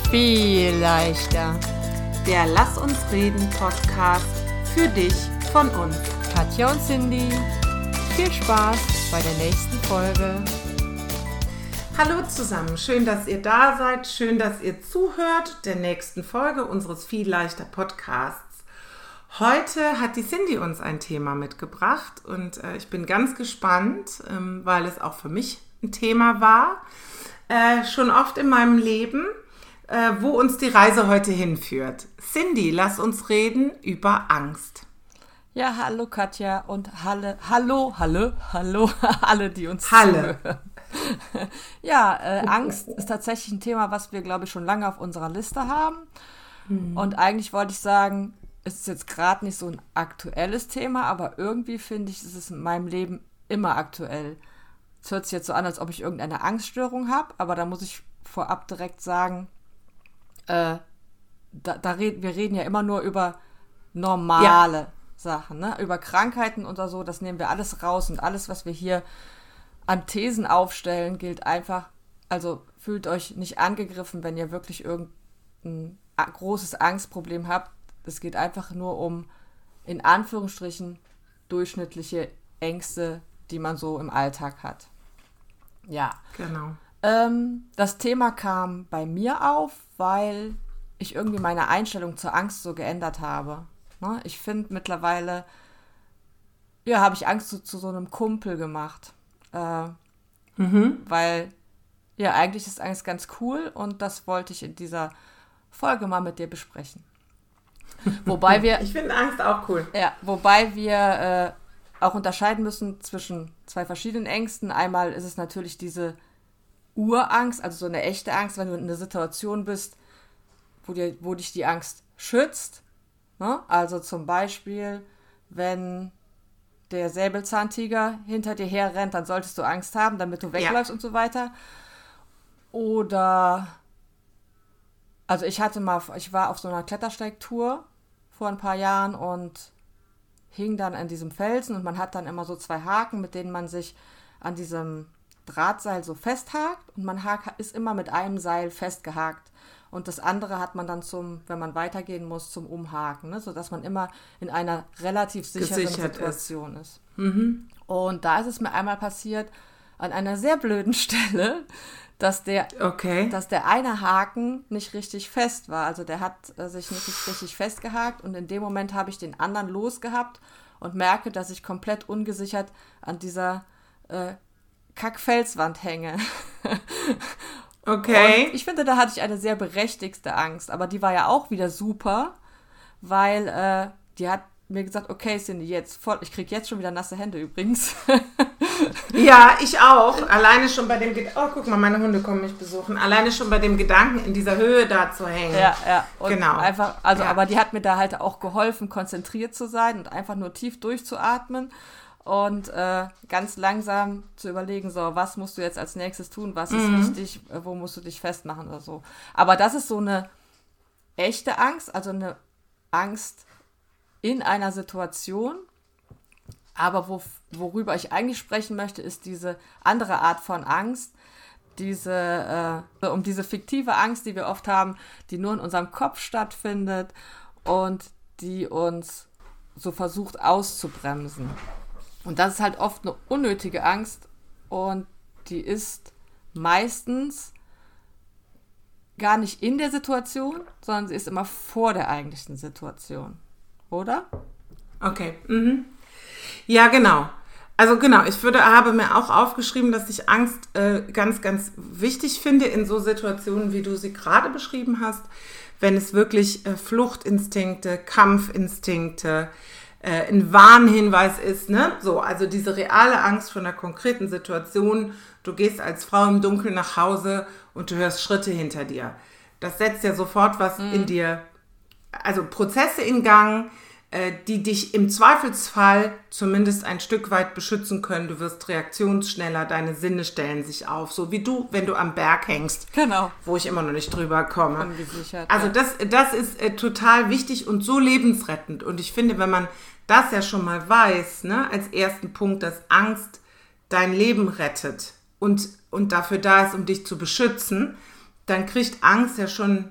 Viel leichter. Der Lass uns reden Podcast für dich von uns. Katja und Cindy. Viel Spaß bei der nächsten Folge. Hallo zusammen, schön, dass ihr da seid, schön, dass ihr zuhört der nächsten Folge unseres Viel leichter Podcasts. Heute hat die Cindy uns ein Thema mitgebracht und ich bin ganz gespannt, weil es auch für mich ein Thema war, schon oft in meinem Leben, wo uns die Reise heute hinführt. Cindy, lass uns reden über Angst. Ja, hallo Katja und hallo alle, die uns zuhören. Ja, Angst ist tatsächlich ein Thema, was wir, glaube ich, schon lange auf unserer Liste haben. Und eigentlich wollte ich sagen, es ist jetzt gerade nicht so ein aktuelles Thema, aber irgendwie finde ich, ist es in meinem Leben immer aktuell. Es hört sich jetzt so an, als ob ich irgendeine Angststörung habe, aber da muss ich vorab direkt sagen, wir reden ja immer nur über normale Sachen, ne? Über Krankheiten oder so, das nehmen wir alles raus und alles, was wir hier an Thesen aufstellen, gilt einfach, also fühlt euch nicht angegriffen, wenn ihr wirklich irgendein großes Angstproblem habt. Es geht einfach nur um, in Anführungsstrichen, durchschnittliche Ängste, die man so im Alltag hat. Ja. Genau. Das Thema kam bei mir auf, weil ich irgendwie meine Einstellung zur Angst so geändert habe. Ne? Ich finde mittlerweile, ja, habe ich Angst zu so einem Kumpel gemacht. Weil, ja, eigentlich ist Angst ganz cool und das wollte ich in dieser Folge mal mit dir besprechen. Wobei wir... Ich finde Angst auch cool. Ja, wobei wir auch unterscheiden müssen zwischen zwei verschiedenen Ängsten. Einmal ist es natürlich diese Urangst, also so eine echte Angst, wenn du in einer Situation bist, wo dich die Angst schützt. Ne? Also zum Beispiel, wenn der Säbelzahntiger hinter dir herrennt, dann solltest du Angst haben, damit du wegläufst und so weiter. Oder, also ich war auf so einer Klettersteigtour vor ein paar Jahren und hing dann an diesem Felsen und man hat dann immer so 2 Haken, mit denen man sich an diesem Drahtseil so festhakt und man ist immer mit einem Seil festgehakt. Und das andere hat man dann wenn man weitergehen muss, zum Umhaken, ne? Sodass man immer in einer relativ sicheren Situation ist. Und da ist es mir einmal passiert, an einer sehr blöden Stelle, dass der eine Haken nicht richtig fest war. Also der hat sich nicht richtig festgehakt und in dem Moment habe ich den anderen losgehabt und merke, dass ich komplett ungesichert an dieser Kackfelswand hänge. Okay. Und ich finde, da hatte ich eine sehr berechtigte Angst, aber die war ja auch wieder super, weil die hat mir gesagt, okay, Cindy, ich kriege jetzt schon wieder nasse Hände übrigens. Ja, ich auch. Alleine schon bei dem guck mal, meine Hunde kommen mich besuchen. Alleine schon bei dem Gedanken, in dieser Höhe da zu hängen. Ja. Und genau. Einfach, aber die hat mir da halt auch geholfen, konzentriert zu sein und einfach nur tief durchzuatmen. Und ganz langsam zu überlegen, so, was musst du jetzt als nächstes tun, was ist wichtig, wo musst du dich festmachen oder so. Aber das ist so eine echte Angst, also eine Angst in einer Situation. Aber worüber ich eigentlich sprechen möchte, ist diese andere Art von Angst, um diese fiktive Angst, die wir oft haben, die nur in unserem Kopf stattfindet und die uns so versucht auszubremsen. Und das ist halt oft eine unnötige Angst und die ist meistens gar nicht in der Situation, sondern sie ist immer vor der eigentlichen Situation. Oder? Okay. Ja, genau. Also genau, habe mir auch aufgeschrieben, dass ich Angst ganz, ganz wichtig finde in so Situationen, wie du sie gerade beschrieben hast, wenn es wirklich Fluchtinstinkte, Kampfinstinkte, ein Warnhinweis ist, ne? So, also diese reale Angst vor einer konkreten Situation. Du gehst als Frau im Dunkeln nach Hause und du hörst Schritte hinter dir. Das setzt ja sofort was in dir, also Prozesse in Gang, die dich im Zweifelsfall zumindest ein Stück weit beschützen können. Du wirst reaktionsschneller, deine Sinne stellen sich auf, so wie du, wenn du am Berg hängst. Genau. Wo ich immer noch nicht drüber komme. Ungesichert. Also das ist total wichtig und so lebensrettend. Und ich finde, wenn man das ja schon mal weiß, ne, als ersten Punkt, dass Angst dein Leben rettet und dafür da ist, um dich zu beschützen, dann kriegt Angst ja schon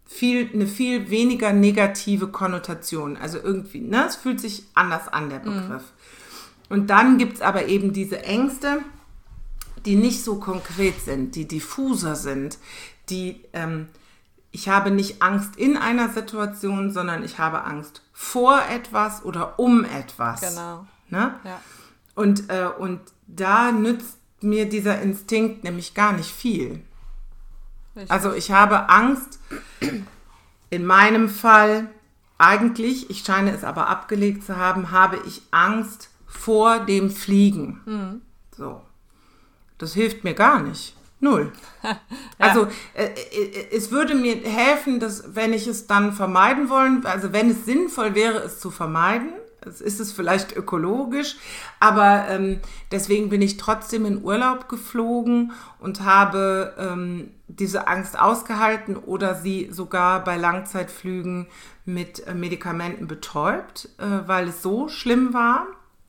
eine viel weniger negative Konnotation. Also irgendwie, ne, es fühlt sich anders an, der Begriff. Und dann gibt es aber eben diese Ängste, die nicht so konkret sind, die diffuser sind, die, ich habe nicht Angst in einer Situation, sondern ich habe Angst vor etwas oder um etwas. Genau. Ne? Ja. Und da nützt mir dieser Instinkt nämlich gar nicht viel. Richtig. Also ich habe Angst, in meinem Fall eigentlich, ich scheine es aber abgelegt zu haben, habe ich Angst vor dem Fliegen. So. Das hilft mir gar nicht. Null. Ja. Also es würde mir helfen, dass, wenn ich es dann vermeiden wollen, also wenn es sinnvoll wäre, es zu vermeiden, ist es vielleicht ökologisch, aber deswegen bin ich trotzdem in Urlaub geflogen und habe diese Angst ausgehalten oder sie sogar bei Langzeitflügen mit Medikamenten betäubt, weil es so schlimm war.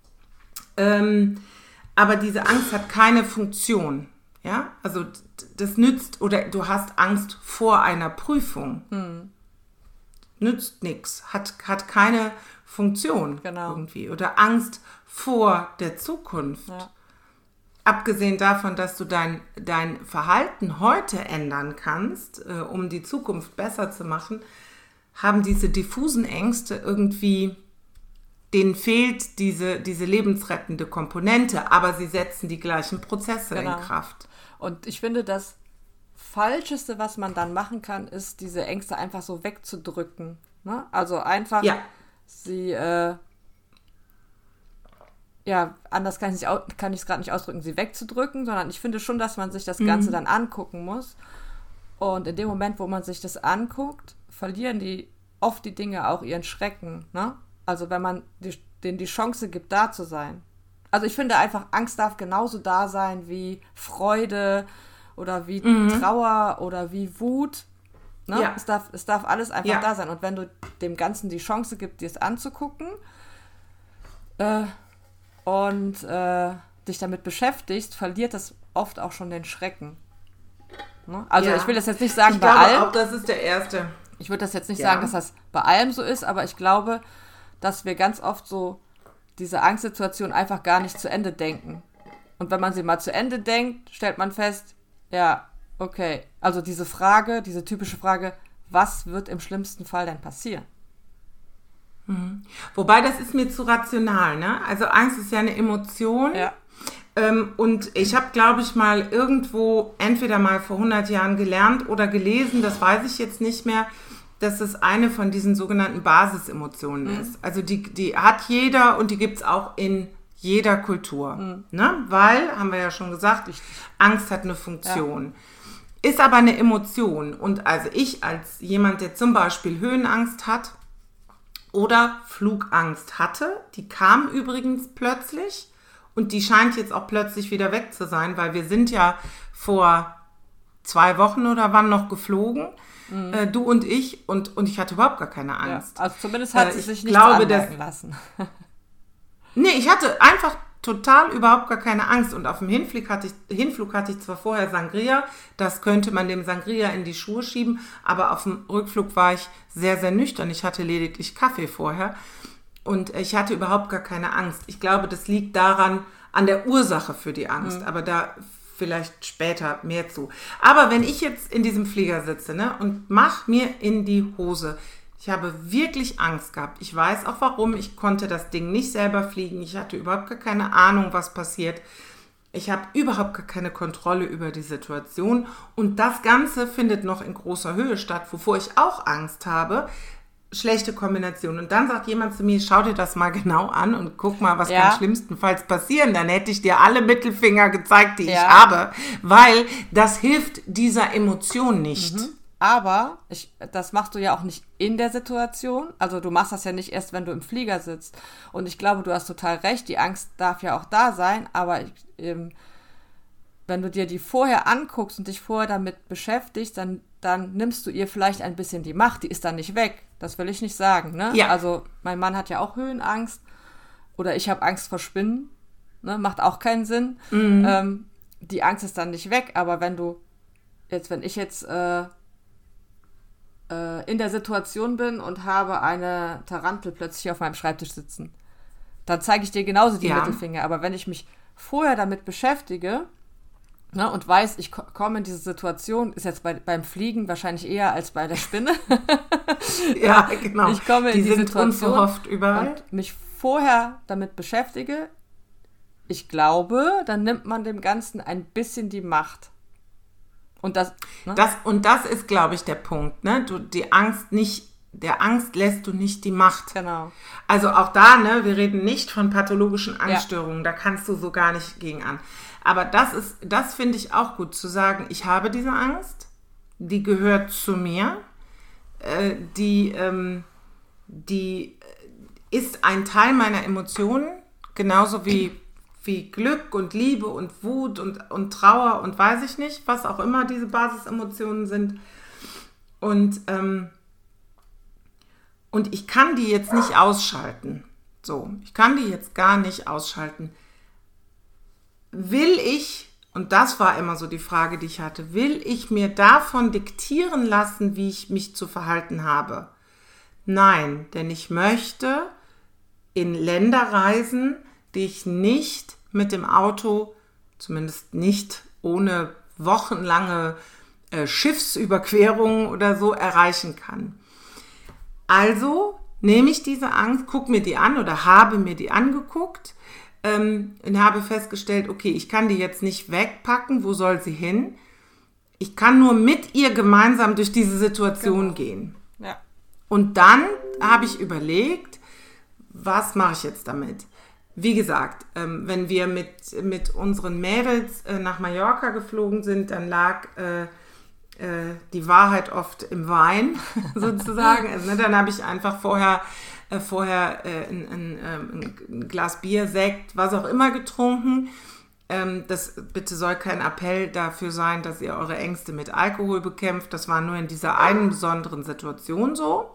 Aber diese Angst hat keine Funktion. Ja, also das nützt, oder du hast Angst vor einer Prüfung. Nützt nichts, hat keine Funktion irgendwie. Oder Angst vor der Zukunft. Ja. Abgesehen davon, dass du dein Verhalten heute ändern kannst, um die Zukunft besser zu machen, haben diese diffusen Ängste irgendwie, denen fehlt diese lebensrettende Komponente, aber sie setzen die gleichen Prozesse in Kraft. Und ich finde, das Falscheste, was man dann machen kann, ist, diese Ängste einfach so wegzudrücken. Ne? Also einfach sie, anders kann ich es gerade nicht ausdrücken, sie wegzudrücken, sondern ich finde schon, dass man sich das Ganze dann angucken muss. Und in dem Moment, wo man sich das anguckt, verlieren oft die Dinge auch ihren Schrecken. Ne? Also wenn man denen die Chance gibt, da zu sein. Also ich finde einfach, Angst darf genauso da sein wie Freude oder wie Trauer oder wie Wut. Ne? Ja. Es darf alles einfach da sein. Und wenn du dem Ganzen die Chance gibst, dir es anzugucken und dich damit beschäftigst, verliert das oft auch schon den Schrecken. Ne? Also ich will das jetzt nicht sagen bei allem. Ich glaube auch, das ist der erste. Ich würde das jetzt nicht sagen, dass das bei allem so ist, aber ich glaube, dass wir ganz oft so diese Angstsituation einfach gar nicht zu Ende denken. Und wenn man sie mal zu Ende denkt, stellt man fest, ja, okay, also diese typische Frage, was wird im schlimmsten Fall denn passieren? Wobei, das ist mir zu rational, ne? Also Angst ist ja eine Emotion. Ja. Und ich habe, glaube ich, mal irgendwo, entweder mal vor 100 Jahren gelernt oder gelesen, das weiß ich jetzt nicht mehr, dass es eine von diesen sogenannten Basisemotionen ist. Also die hat jeder und die gibt es auch in jeder Kultur. Ne? Weil, haben wir ja schon gesagt, Angst hat eine Funktion. Ja. Ist aber eine Emotion. Und also ich als jemand, der zum Beispiel Höhenangst hat oder Flugangst hatte, die kam übrigens plötzlich und die scheint jetzt auch plötzlich wieder weg zu sein, weil wir sind ja vor 2 Wochen oder wann noch geflogen. Du und ich ich hatte überhaupt gar keine Angst. Ja, also zumindest hat sie sich nichts anmerken lassen. Nee, ich hatte einfach total überhaupt gar keine Angst und auf dem Hinflug hatte ich zwar vorher Sangria, das könnte man dem Sangria in die Schuhe schieben, aber auf dem Rückflug war ich sehr, sehr nüchtern. Ich hatte lediglich Kaffee vorher und ich hatte überhaupt gar keine Angst. Ich glaube, das liegt an der Ursache für die Angst, aber da vielleicht später mehr zu. Aber wenn ich jetzt in diesem Flieger sitze, ne, und mach mir in die Hose, ich habe wirklich Angst gehabt. Ich weiß auch warum. Ich konnte das Ding nicht selber fliegen. Ich hatte überhaupt gar keine Ahnung, was passiert. Ich habe überhaupt gar keine Kontrolle über die Situation. Und das Ganze findet noch in großer Höhe statt, wovor ich auch Angst habe. Schlechte Kombination. Und dann sagt jemand zu mir, schau dir das mal genau an und guck mal, was kann schlimmstenfalls passieren. Dann hätte ich dir alle Mittelfinger gezeigt, die ich habe, weil das hilft dieser Emotion nicht. Aber das machst du ja auch nicht in der Situation. Also du machst das ja nicht erst, wenn du im Flieger sitzt. Und ich glaube, du hast total recht, die Angst darf ja auch da sein, aber wenn du dir die vorher anguckst und dich vorher damit beschäftigst, dann nimmst du ihr vielleicht ein bisschen die Macht, die ist dann nicht weg. Das will ich nicht sagen, ne? Ja. Also mein Mann hat ja auch Höhenangst oder ich habe Angst vor Spinnen, ne? Macht auch keinen Sinn. Die Angst ist dann nicht weg, aber wenn ich jetzt in der Situation bin und habe eine Tarantel plötzlich auf meinem Schreibtisch sitzen. Dann zeige ich dir genauso die Mittelfinger. Aber wenn ich mich vorher damit beschäftige, ne, und weiß, ich komme in diese Situation, ist jetzt beim Fliegen wahrscheinlich eher als bei der Spinne. Ja, genau. Ich komme in die Situation unverhofft überall. Und mich vorher damit beschäftige, ich glaube, dann nimmt man dem Ganzen ein bisschen die Macht. Und das ist, glaube ich, der Punkt. Ne? Der Angst lässt du nicht die Macht. Genau. Also auch da, ne, wir reden nicht von pathologischen Angststörungen, da kannst du so gar nicht gegen an. Aber das finde ich auch gut, zu sagen, ich habe diese Angst, die gehört zu mir, die ist ein Teil meiner Emotionen, genauso wie Glück und Liebe und Wut und Trauer und weiß ich nicht, was auch immer diese Basisemotionen sind. Und ich kann die jetzt nicht ausschalten. So, ich kann die jetzt gar nicht ausschalten. Will ich, und das war immer so die Frage, die ich hatte, will ich mir davon diktieren lassen, wie ich mich zu verhalten habe? Nein, denn ich möchte in Länder reisen, die ich nicht mit dem Auto, zumindest nicht ohne wochenlange Schiffsüberquerungen oder so erreichen kann. Also nehme ich diese Angst, gucke mir die an oder habe mir die angeguckt und habe festgestellt, okay, ich kann die jetzt nicht wegpacken, wo soll sie hin? Ich kann nur mit ihr gemeinsam durch diese Situation gehen. Ja. Und dann habe ich überlegt, was mache ich jetzt damit? Wie gesagt, wenn wir mit unseren Mädels nach Mallorca geflogen sind, dann lag die Wahrheit oft im Wein, sozusagen. Also, ne, dann habe ich einfach vorher ein Glas Bier, Sekt, was auch immer getrunken. Das bitte soll kein Appell dafür sein, dass ihr eure Ängste mit Alkohol bekämpft. Das war nur in dieser einen besonderen Situation so.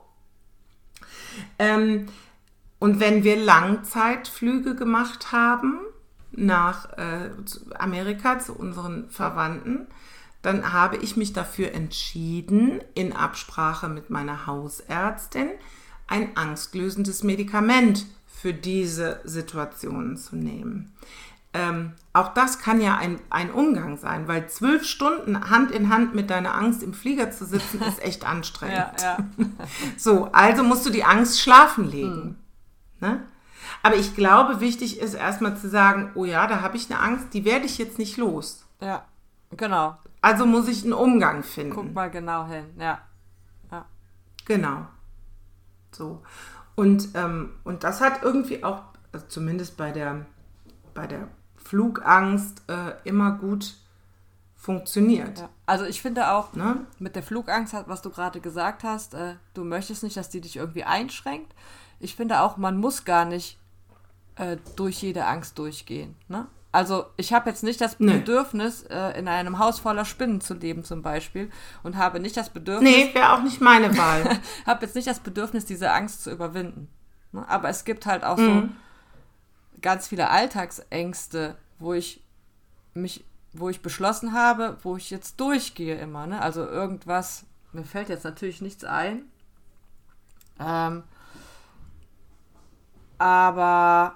Und wenn wir Langzeitflüge gemacht haben nach Amerika zu unseren Verwandten, dann habe ich mich dafür entschieden, in Absprache mit meiner Hausärztin, ein angstlösendes Medikament für diese Situationen zu nehmen. Auch das kann ja ein Umgang sein, weil 12 Stunden Hand in Hand mit deiner Angst im Flieger zu sitzen, ist echt anstrengend. Ja. So, also musst du die Angst schlafen legen. Ne? Aber ich glaube, wichtig ist erstmal zu sagen, oh ja, da habe ich eine Angst, die werde ich jetzt nicht los. Ja, genau. Also muss ich einen Umgang finden. Guck mal genau hin, ja. Genau. So. Und das hat irgendwie auch, also zumindest bei der Flugangst, immer gut funktioniert. Ja. Also ich finde auch, ne? Mit der Flugangst, was du gerade gesagt hast, du möchtest nicht, dass die dich irgendwie einschränkt. Ich finde auch, man muss gar nicht durch jede Angst durchgehen. Ne? Also ich habe jetzt nicht das Bedürfnis, in einem Haus voller Spinnen zu leben zum Beispiel und habe nicht das Bedürfnis... Nee, wäre auch nicht meine Wahl. habe jetzt nicht das Bedürfnis, diese Angst zu überwinden. Ne? Aber es gibt halt auch so ganz viele Alltagsängste, wo ich beschlossen habe, wo ich jetzt durchgehe immer. Ne? Also irgendwas, mir fällt jetzt natürlich nichts ein, aber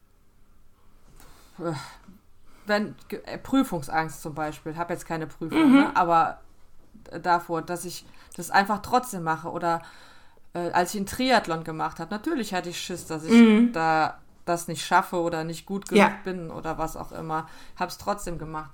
wenn Prüfungsangst zum Beispiel, habe jetzt keine Prüfung, ne? Aber davor, dass ich das einfach trotzdem mache oder als ich einen Triathlon gemacht habe, natürlich hatte ich Schiss, dass ich da das nicht schaffe oder nicht gut genug bin oder was auch immer, habe es trotzdem gemacht.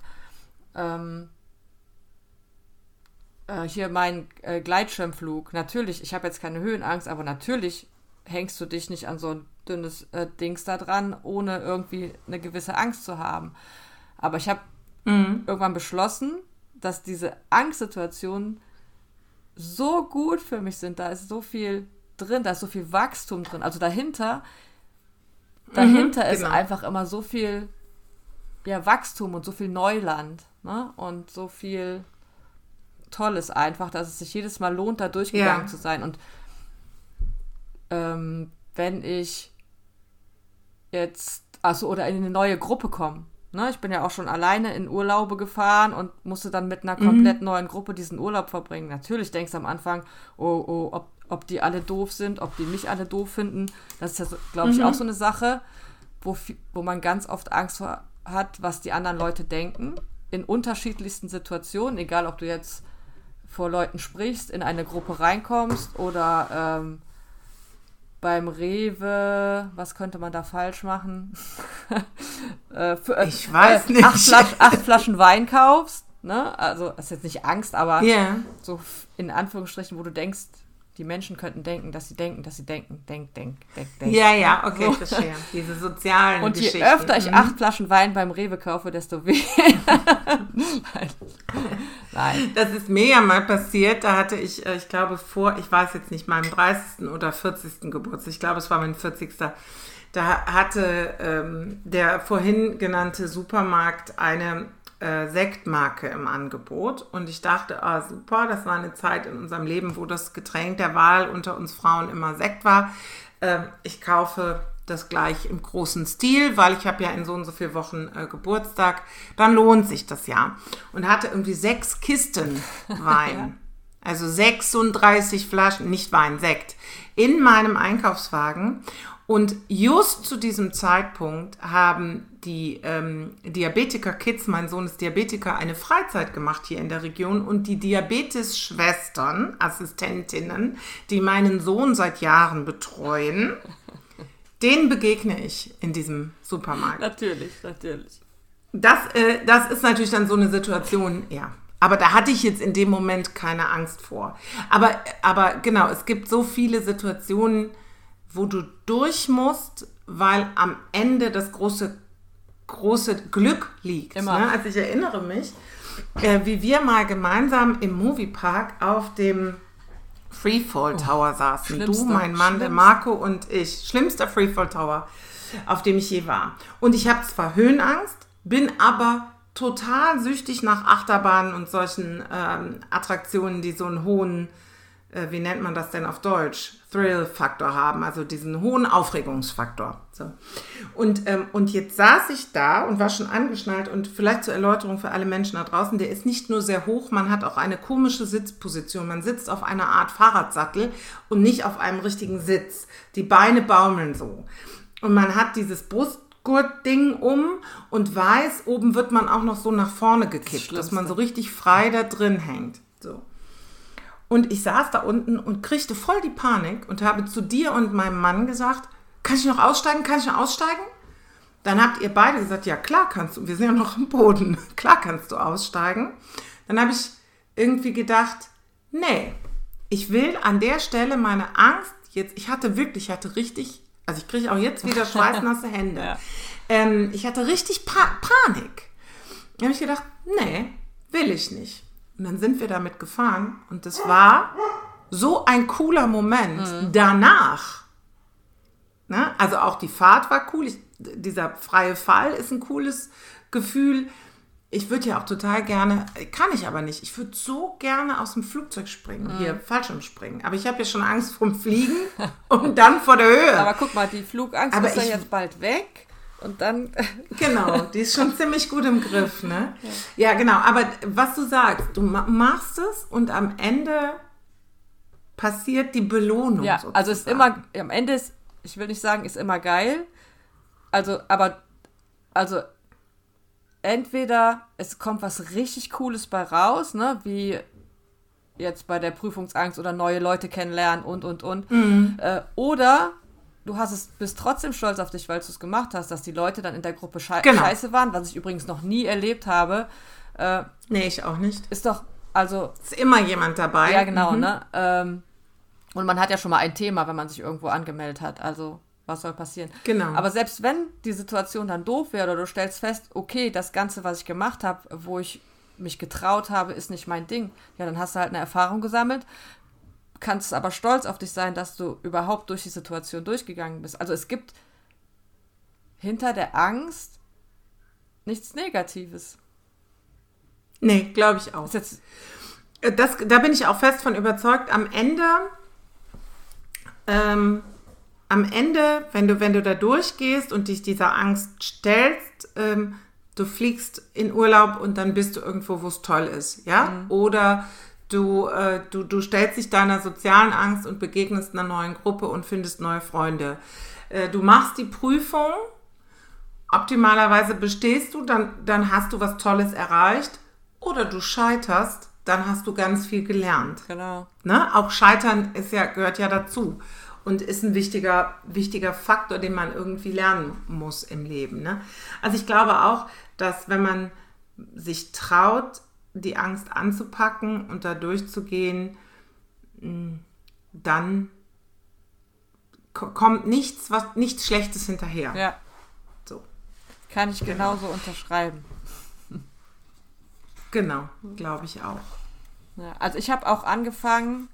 Hier mein Gleitschirmflug, natürlich, ich habe jetzt keine Höhenangst, aber natürlich hängst du dich nicht an so ein dünnes Dings da dran, ohne irgendwie eine gewisse Angst zu haben. Aber ich habe irgendwann beschlossen, dass diese Angstsituationen so gut für mich sind. Da ist so viel drin, da ist so viel Wachstum drin. Also dahinter ist einfach immer so viel Wachstum und so viel Neuland, ne? Und so viel Tolles einfach, dass es sich jedes Mal lohnt, da durchgegangen zu sein. Und wenn ich jetzt, oder in eine neue Gruppe komme, ne, ich bin ja auch schon alleine in Urlaube gefahren und musste dann mit einer komplett neuen Gruppe diesen Urlaub verbringen. Natürlich denkst du am Anfang, ob die alle doof sind, ob die mich alle doof finden. Das ist ja, glaube ich, auch so eine Sache, wo man ganz oft Angst vor hat, was die anderen Leute denken. In unterschiedlichsten Situationen, egal ob du jetzt vor Leuten sprichst, in eine Gruppe reinkommst oder beim Rewe, was könnte man da falsch machen? Ich weiß nicht. 8 Flaschen Wein kaufst, ne? Also, das ist jetzt nicht Angst, aber so in Anführungsstrichen, wo du denkst, die Menschen könnten denken, dass sie denken. Denk. Ja, okay, so. Verstehe. Diese sozialen und Geschichten. Und je öfter ich 8 Flaschen Wein beim Rewe kaufe, desto weniger. Nein. Das ist mir ja mal passiert, da hatte ich glaube ich weiß jetzt nicht, meinem 30. oder 40. Geburtstag, ich glaube, es war mein 40. Da hatte der vorhin genannte Supermarkt eine Sektmarke im Angebot und ich dachte, super, das war eine Zeit in unserem Leben, wo das Getränk der Wahl unter uns Frauen immer Sekt war. Ich kaufe das gleich im großen Stil, weil ich habe ja in so und so vielen Wochen Geburtstag, dann lohnt sich das ja. Und hatte irgendwie 6 Kisten Wein, also 36 Flaschen, nicht Wein, Sekt, in meinem Einkaufswagen. Und just zu diesem Zeitpunkt haben die Diabetiker-Kids, mein Sohn ist Diabetiker, eine Freizeit gemacht hier in der Region und die Diabetes-Schwestern, Assistentinnen, die meinen Sohn seit Jahren betreuen, denen begegne ich in diesem Supermarkt. Natürlich. Das ist natürlich dann so eine Situation, ja. Aber da hatte ich jetzt in dem Moment keine Angst vor. Aber genau, es gibt so viele Situationen, wo du durch musst, weil am Ende das große Glück liegt. Immer. Ne? Also ich erinnere mich, wie wir mal gemeinsam im Moviepark auf dem Freefall Tower saßen. Du, mein Mann, der Marco und ich. Schlimmster Freefall Tower, auf dem ich je war. Und ich habe zwar Höhenangst, bin aber total süchtig nach Achterbahnen und solchen Attraktionen, die so einen hohen, wie nennt man das denn auf Deutsch? Thrill-Faktor haben, also diesen hohen Aufregungsfaktor. So. Und jetzt saß ich da und war schon angeschnallt und vielleicht zur Erläuterung für alle Menschen da draußen, der ist nicht nur sehr hoch, man hat auch eine komische Sitzposition. Man sitzt auf einer Art Fahrradsattel und nicht auf einem richtigen Sitz. Die Beine baumeln so. Und man hat dieses Brustgurt-Ding um und weiß, oben wird man auch noch so nach vorne gekippt, dass man so richtig frei da drin hängt. So. Und ich saß da unten und kriegte voll die Panik und habe zu dir und meinem Mann gesagt, kann ich noch aussteigen? Dann habt ihr beide gesagt, ja klar kannst du, wir sind ja noch am Boden, klar kannst du aussteigen. Dann habe ich irgendwie gedacht, nee, ich will an der Stelle meine Angst jetzt, ich hatte richtig, also ich kriege auch jetzt wieder schweißnasse Hände. Ja. Ich hatte richtig Panik. Dann habe ich gedacht, nee, will ich nicht. Und dann sind wir damit gefahren und das war so ein cooler Moment danach. Ne? Also auch die Fahrt war cool. Dieser freie Fall ist ein cooles Gefühl. Ich würde ja auch total gerne, kann ich aber nicht, ich würde so gerne aus dem Flugzeug springen, hier Fallschirmspringen. Aber ich habe ja schon Angst vorm Fliegen und dann vor der Höhe. Aber guck mal, die Flugangst ist ja jetzt bald weg. Und dann... Genau, die ist schon ziemlich gut im Griff, ne? Ja, genau. Aber was du sagst, du machst es und am Ende passiert die Belohnung. Ja, sozusagen. Also ist immer, am Ende ist, ich will nicht sagen, ist immer geil. Also entweder es kommt was richtig Cooles bei raus, ne? Wie jetzt bei der Prüfungsangst oder neue Leute kennenlernen und. Mhm. Oder... bist trotzdem stolz auf dich, weil du es gemacht hast, dass die Leute dann in der Gruppe scheiße waren, was ich übrigens noch nie erlebt habe. Nee, ich auch nicht. Ist doch, also... Ist immer jemand dabei. Ja, genau, ne? Und man hat ja schon mal ein Thema, wenn man sich irgendwo angemeldet hat, also was soll passieren? Genau. Aber selbst wenn die Situation dann doof wäre oder du stellst fest, okay, das Ganze, was ich gemacht habe, wo ich mich getraut habe, ist nicht mein Ding, ja, dann hast du halt eine Erfahrung gesammelt, kannst aber stolz auf dich sein, dass du überhaupt durch die Situation durchgegangen bist. Also es gibt hinter der Angst nichts Negatives. Nee, glaube ich auch. Da bin ich auch fest von überzeugt. Am Ende, wenn du da durchgehst und dich dieser Angst stellst, du fliegst in Urlaub und dann bist du irgendwo, wo es toll ist, ja? Oder du stellst dich deiner sozialen Angst und begegnest einer neuen Gruppe und findest neue Freunde. Du machst die Prüfung, optimalerweise bestehst du, dann hast du was Tolles erreicht. Oder du scheiterst, dann hast du ganz viel gelernt. Genau. Ne? Auch Scheitern gehört ja dazu und ist ein wichtiger Faktor, den man irgendwie lernen muss im Leben. Ne? Also ich glaube auch, dass wenn man sich traut, die Angst anzupacken und da durchzugehen, dann kommt nichts Schlechtes hinterher. Ja. So. Kann ich genauso unterschreiben. Genau, glaube ich auch. Ja, also ich habe auch angefangen,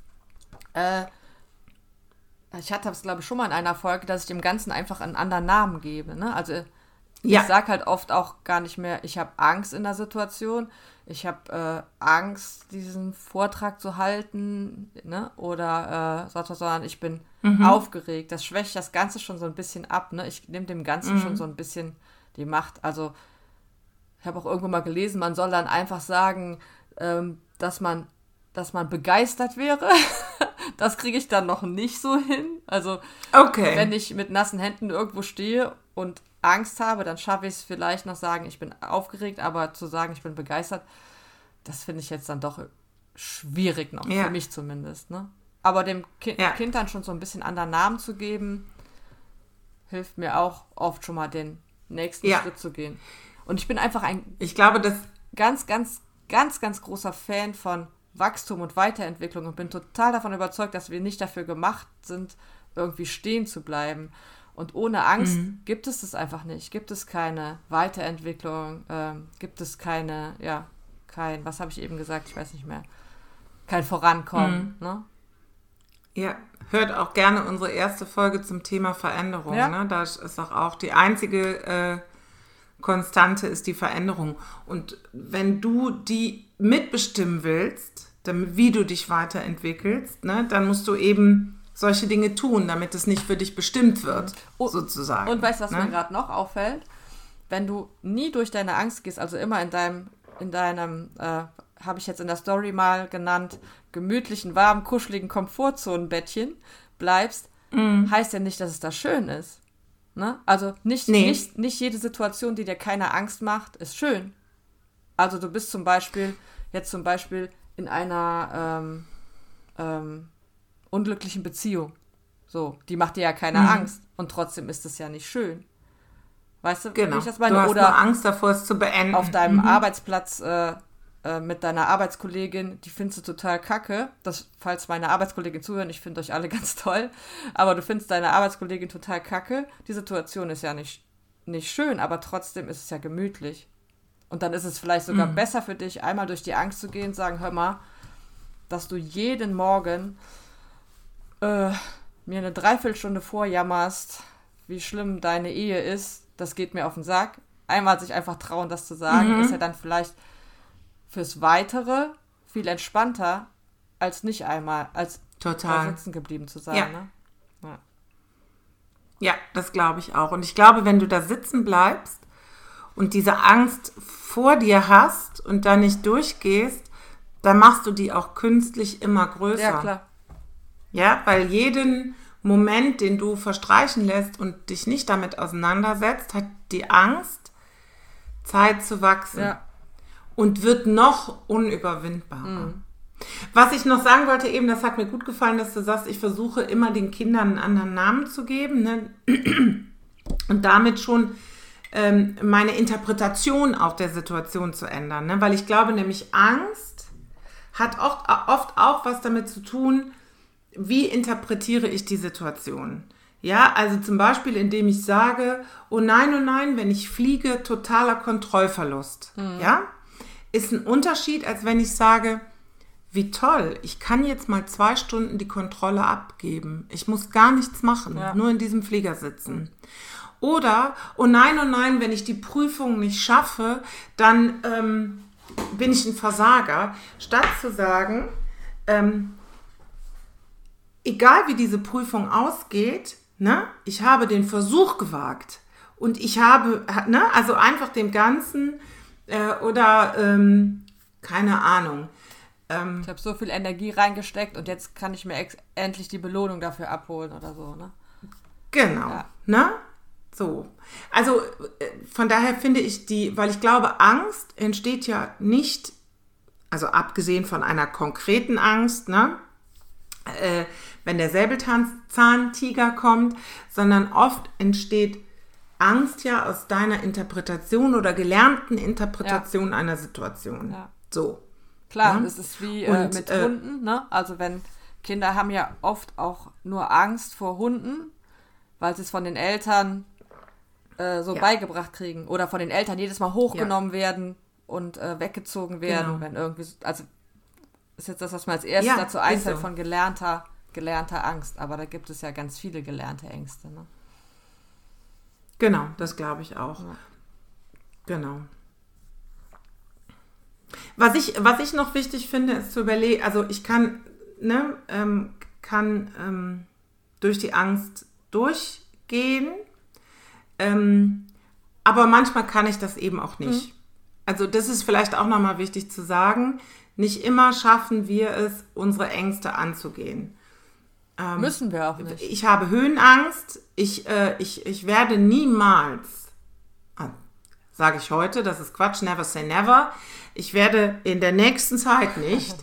ich hatte das, glaube ich, schon mal in einer Folge, dass ich dem Ganzen einfach einen anderen Namen gebe. Ne? Also ich sage halt oft auch gar nicht mehr, ich habe Angst in der Situation, ich habe Angst, diesen Vortrag zu halten, ne? Oder sondern ich bin aufgeregt. Das schwächt das Ganze schon so ein bisschen ab. Ne? Ich nehme dem Ganzen schon so ein bisschen die Macht. Also ich habe auch irgendwo mal gelesen, man soll dann einfach sagen, dass man begeistert wäre. Das kriege ich dann noch nicht so hin. Also wenn ich mit nassen Händen irgendwo stehe und Angst habe, dann schaffe ich es vielleicht noch sagen, ich bin aufgeregt, aber zu sagen, ich bin begeistert, das finde ich jetzt dann doch schwierig noch, für mich zumindest. Ne? Aber dem Kind dann schon so ein bisschen anderen Namen zu geben, hilft mir auch oft schon mal den nächsten Schritt zu gehen. Und ich bin einfach ich glaube, das ganz, ganz, ganz, ganz großer Fan von Wachstum und Weiterentwicklung und bin total davon überzeugt, dass wir nicht dafür gemacht sind, irgendwie stehen zu bleiben. Und ohne Angst gibt es das einfach nicht. Gibt es keine Weiterentwicklung, gibt es kein, was habe ich eben gesagt, ich weiß nicht mehr, kein Vorankommen. Ne? Ja, hört auch gerne unsere erste Folge zum Thema Veränderung. Ja. Ne? Da ist auch die einzige Konstante ist die Veränderung. Und wenn du die mitbestimmen willst, wie du dich weiterentwickelst, ne, dann musst du eben solche Dinge tun, damit es nicht für dich bestimmt wird, sozusagen. Und weißt du, was mir gerade noch auffällt? Wenn du nie durch deine Angst gehst, also immer in deinem habe ich jetzt in der Story mal genannt, gemütlichen, warmen, kuscheligen Komfortzonenbettchen bleibst, heißt ja nicht, dass es da schön ist. Ne? Also nicht jede Situation, die dir keine Angst macht, ist schön. Also du bist zum Beispiel in einer unglücklichen Beziehung. So, die macht dir ja keine Angst und trotzdem ist es ja nicht schön. Weißt du, genau. wie ich das meine? Du hast Oder nur Angst davor, es zu beenden. Auf deinem Arbeitsplatz mit deiner Arbeitskollegin, die findest du total kacke. Falls meine Arbeitskollegin zuhören, ich finde euch alle ganz toll, aber du findest deine Arbeitskollegin total kacke. Die Situation ist ja nicht schön, aber trotzdem ist es ja gemütlich. Und dann ist es vielleicht sogar besser für dich, einmal durch die Angst zu gehen und sagen, hör mal, dass du jeden Morgen mir eine Dreiviertelstunde vorjammerst, wie schlimm deine Ehe ist, das geht mir auf den Sack. Einmal sich einfach trauen, das zu sagen, ist ja dann vielleicht fürs Weitere viel entspannter, als nicht einmal, als da sitzen geblieben zu sein. Ja. Ne? Ja, das glaube ich auch. Und ich glaube, wenn du da sitzen bleibst und diese Angst vor dir hast und da nicht durchgehst, dann machst du die auch künstlich immer größer. Ja, klar. Ja, weil jeden Moment, den du verstreichen lässt und dich nicht damit auseinandersetzt, hat die Angst, Zeit zu wachsen. Ja. Und wird noch unüberwindbarer. Was ich noch sagen wollte eben, das hat mir gut gefallen, dass du sagst, ich versuche immer den Kindern einen anderen Namen zu geben, ne? Und damit schon meine Interpretation auch der Situation zu ändern. Ne? Weil ich glaube nämlich, Angst hat oft auch was damit zu tun, wie interpretiere ich die Situation. Ja, also zum Beispiel, indem ich sage, oh nein, wenn ich fliege, totaler Kontrollverlust. Ja, ist ein Unterschied, als wenn ich sage, wie toll, ich kann jetzt mal 2 Stunden die Kontrolle abgeben. Ich muss gar nichts machen, nur in diesem Flieger sitzen. Oder, oh nein, wenn ich die Prüfung nicht schaffe, dann bin ich ein Versager. Statt zu sagen, egal wie diese Prüfung ausgeht, ne, ich habe den Versuch gewagt Und ich habe, ne, also einfach dem Ganzen keine Ahnung. Ich habe so viel Energie reingesteckt und jetzt kann ich mir endlich die Belohnung dafür abholen oder so, ne? Genau, ja. Ne? So. Also von daher finde ich weil ich glaube, Angst entsteht ja nicht, also abgesehen von einer konkreten Angst, ne? Wenn der Säbelzahntiger kommt, sondern oft entsteht Angst ja aus deiner Interpretation oder gelernten Interpretation einer Situation. Ja. So. Klar, es ist wie mit Hunden, ne? Also wenn Kinder haben ja oft auch nur Angst vor Hunden, weil sie es von den Eltern beigebracht kriegen oder von den Eltern jedes Mal hochgenommen werden und weggezogen werden, wenn irgendwie, also ist jetzt das, was mir als erstes dazu einfällt, von gelernter Angst, aber da gibt es ja ganz viele gelernte Ängste, ne? Genau, das glaube ich auch. Ja. Genau. Was ich noch wichtig finde, ist zu überlegen, also ich kann durch die Angst durchgehen, aber manchmal kann ich das eben auch nicht. Mhm. Also das ist vielleicht auch nochmal wichtig zu sagen, nicht immer schaffen wir es, unsere Ängste anzugehen. Müssen wir auch nicht. Ich habe Höhenangst, ich werde niemals, sage ich heute, das ist Quatsch, never say never, ich werde in der nächsten Zeit nicht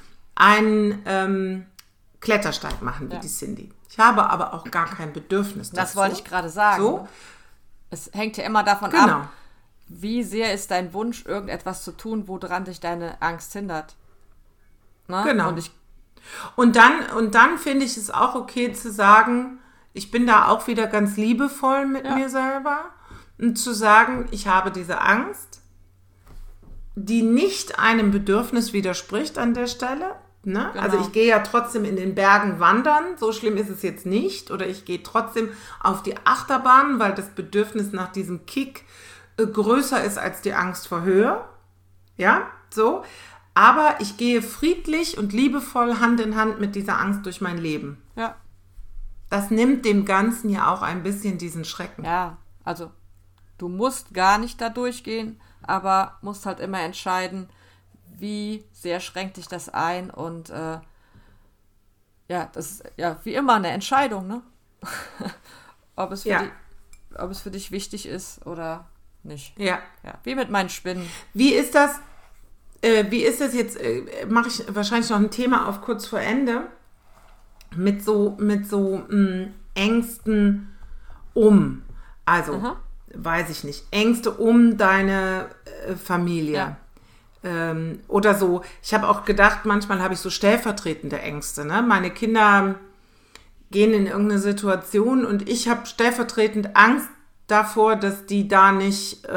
einen Klettersteig machen wie die Cindy. Ich habe aber auch gar kein Bedürfnis dazu. Das wollte ich gerade sagen. So. Es hängt ja immer davon ab, wie sehr ist dein Wunsch, irgendetwas zu tun, woran dich deine Angst hindert. Ne? Genau. Und dann finde ich es auch okay zu sagen, ich bin da auch wieder ganz liebevoll mit mir selber und zu sagen, ich habe diese Angst, die nicht einem Bedürfnis widerspricht an der Stelle. Ne? Genau. Also ich gehe ja trotzdem in den Bergen wandern, so schlimm ist es jetzt nicht. Oder ich gehe trotzdem auf die Achterbahn, weil das Bedürfnis nach diesem Kick größer ist als die Angst vor Höhe. Ja, so. Aber ich gehe friedlich und liebevoll Hand in Hand mit dieser Angst durch mein Leben. Ja. Das nimmt dem Ganzen ja auch ein bisschen diesen Schrecken. Ja, also du musst gar nicht da durchgehen, aber musst halt immer entscheiden, wie sehr schränkt dich das ein und das ist ja wie immer eine Entscheidung, ne? ob es für dich wichtig ist oder nicht. Ja. Wie mit meinen Spinnen. Wie ist das jetzt, mache ich wahrscheinlich noch ein Thema auf kurz vor Ende, mit so Ängsten also, weiß ich nicht, Ängste um deine Familie. Ja. Oder so, ich habe auch gedacht, manchmal habe ich so stellvertretende Ängste. Ne? Meine Kinder gehen in irgendeine Situation und ich habe stellvertretend Angst davor, dass die da nicht,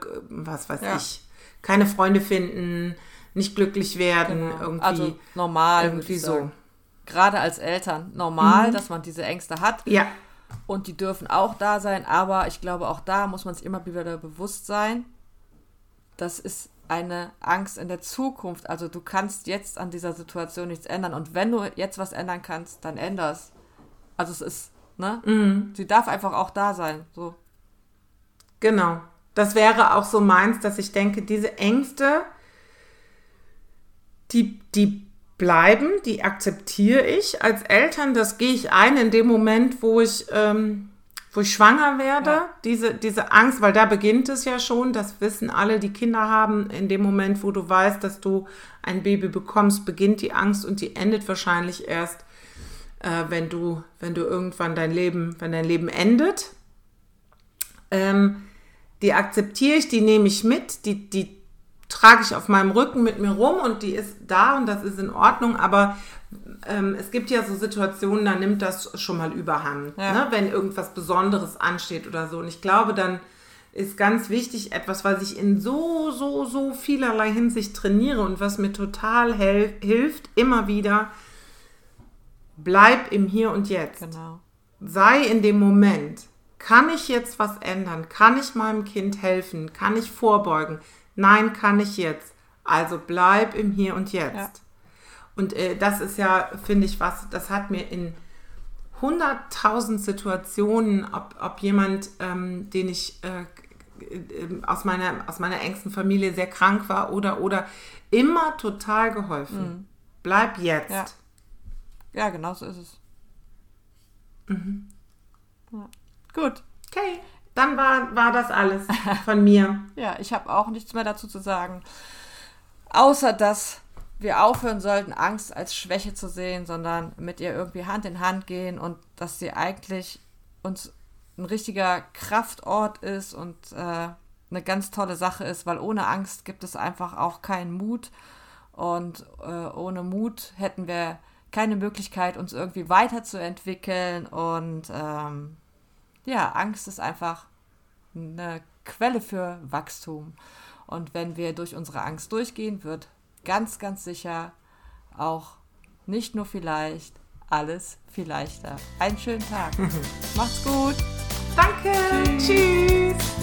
keine Freunde finden, nicht glücklich werden. Genau. Irgendwie, also normal. Irgendwie so. Gerade als Eltern normal, dass man diese Ängste hat. Ja. Und die dürfen auch da sein, aber ich glaube, auch da muss man sich immer wieder bewusst sein, das ist eine Angst in der Zukunft. Also du kannst jetzt an dieser Situation nichts ändern. Und wenn du jetzt was ändern kannst, dann änder's. Also es ist, ne? Sie darf einfach auch da sein. So. Genau. Das wäre auch so meins, dass ich denke, diese Ängste, die bleiben, die akzeptiere ich als Eltern. Das gehe ich ein in dem Moment, wo ich schwanger werde, diese Angst, weil da beginnt es ja schon, das wissen alle, die Kinder haben, in dem Moment, wo du weißt, dass du ein Baby bekommst, beginnt die Angst und die endet wahrscheinlich erst, wenn du irgendwann dein Leben endet. Die akzeptiere ich, die nehme ich mit, die trage ich auf meinem Rücken mit mir rum und die ist da und das ist in Ordnung, aber es gibt ja so Situationen, da nimmt das schon mal Überhand, ne? Wenn irgendwas Besonderes ansteht oder so. Und ich glaube, dann ist ganz wichtig etwas, was ich in so vielerlei Hinsicht trainiere und was mir total hilft, immer wieder, bleib im Hier und Jetzt. Genau. Sei in dem Moment. Kann ich jetzt was ändern? Kann ich meinem Kind helfen? Kann ich vorbeugen? Nein, kann ich jetzt. Also bleib im Hier und Jetzt. Ja. Und das ist ja, finde ich, das hat mir in 100.000 Situationen, ob jemand, den ich aus meiner engsten Familie sehr krank war oder immer total geholfen. Bleib jetzt. Ja, genau so ist es. Ja. Gut. Okay, dann war das alles von mir. Ja, ich habe auch nichts mehr dazu zu sagen, außer dass wir aufhören sollten, Angst als Schwäche zu sehen, sondern mit ihr irgendwie Hand in Hand gehen und dass sie eigentlich uns ein richtiger Kraftort ist und eine ganz tolle Sache ist, weil ohne Angst gibt es einfach auch keinen Mut und ohne Mut hätten wir keine Möglichkeit, uns irgendwie weiterzuentwickeln und Angst ist einfach eine Quelle für Wachstum und wenn wir durch unsere Angst durchgehen, wird ganz, ganz sicher auch nicht nur vielleicht alles viel leichter. Einen schönen Tag. Macht's gut. Danke. Tschüss.